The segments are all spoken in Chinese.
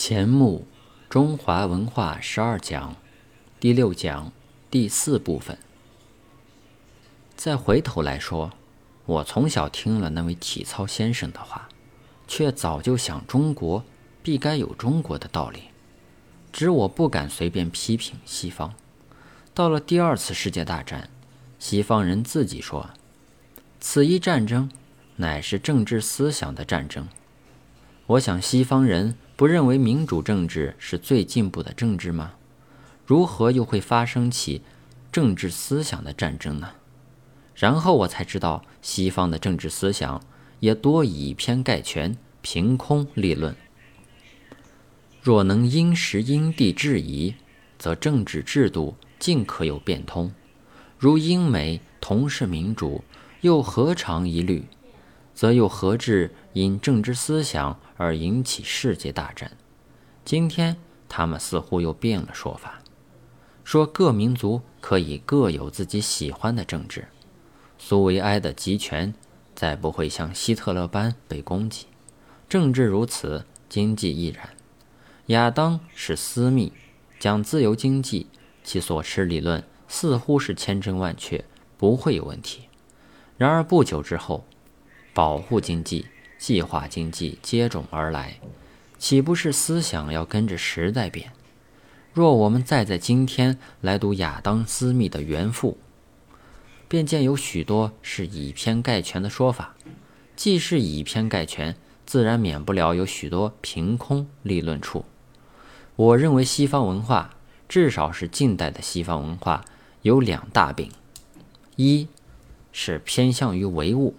前目中华文化12讲第6讲第4部分。再回头来说，我从小听了那位体操先生的话，却早就想中国必该有中国的道理，只我不敢随便批评西方。到了第2次世界大战，西方人自己说，此一战争乃是政治思想的战争。我想西方人不认为民主政治是最进步的政治吗？如何又会发生起政治思想的战争呢？然后我才知道，西方的政治思想也多以偏概全、凭空立论。若能因时因地制宜，则政治制度尽可有变通。如英美同是民主，又何尝一律？则又何至因政治思想而引起世界大战？今天他们似乎又变了说法，说各民族可以各有自己喜欢的政治，苏维埃的集权再不会像希特勒般被攻击。政治如此，经济亦然。亚当是私密，讲自由经济，其所持理论似乎是千真万确，不会有问题。然而不久之后，保护经济、计划经济接踵而来，岂不是思想要跟着时代变？若我们再在今天来读亚当·斯密的原著，便见有许多是以偏概全的说法。既是以偏概全，自然免不了有许多凭空立论处。我认为西方文化，至少是近代的西方文化，有2大病：一是偏向于唯物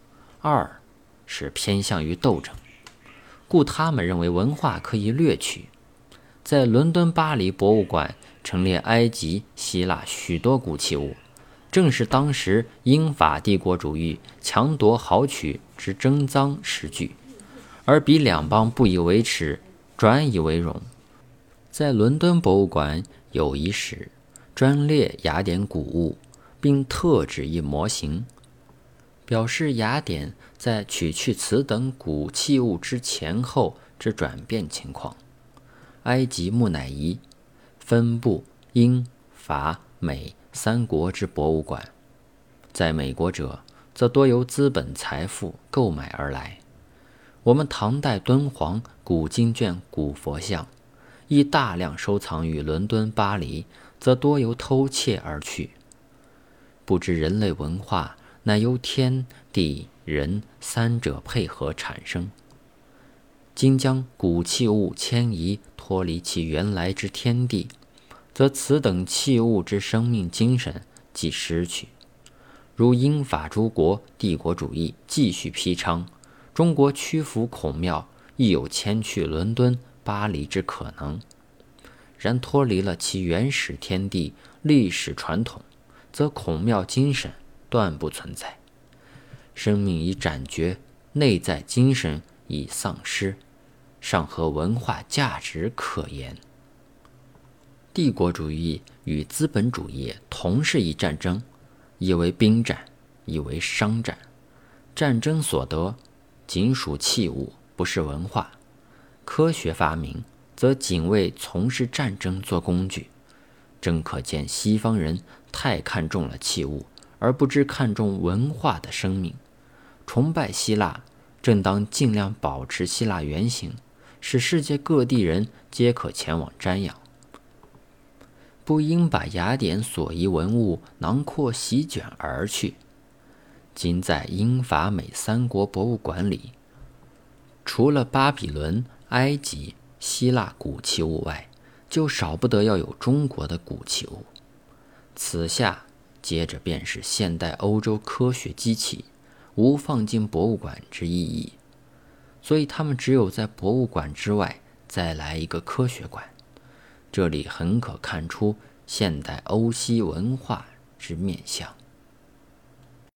，2是偏向于斗争。故他们认为文化可以掠取。在伦敦巴黎博物馆陈列埃及、希腊许多古器物，正是当时英法帝国主义强夺豪取之珍赃实据，而彼两邦不以为耻，转以为荣。在伦敦博物馆有一室专列雅典古物，并特指一模型，表示雅典在取去此等古器物之前后之转变情况。埃及木乃伊分布英、法、美3国之博物馆，在美国者则多由资本财富购买而来。我们唐代敦煌古经卷、古佛像亦大量收藏于伦敦、巴黎，则多由偷窃而去。不知人类文化乃由天地人3者配合产生，今将古器物迁移脱离其原来之天地，则此等器物之生命精神即失去。如英法诸国帝国主义继续披昌，中国屈服孔庙亦有迁去伦敦、巴黎之可能。然脱离了其原始天地历史传统，则孔庙精神断不存在，生命已斩绝，内在精神已丧失，尚何文化价值可言？帝国主义与资本主义同是一战争，一为兵战，一为商战。战争所得仅属器物，不是文化。科学发明则仅为从事战争做工具。真可见西方人太看重了器物，而不知看重文化的生命。崇拜希腊，正当尽量保持希腊原型，使世界各地人皆可前往瞻仰。不应把雅典所遗文物囊括席卷而去。今在英法美3国博物馆里，除了巴比伦、埃及、希腊古器物外，就少不得要有中国的古器物。此下接着便是现代欧洲科学机器，无放进博物馆之意义。所以他们只有在博物馆之外再来一个科学馆。这里很可看出现代欧西文化之面相。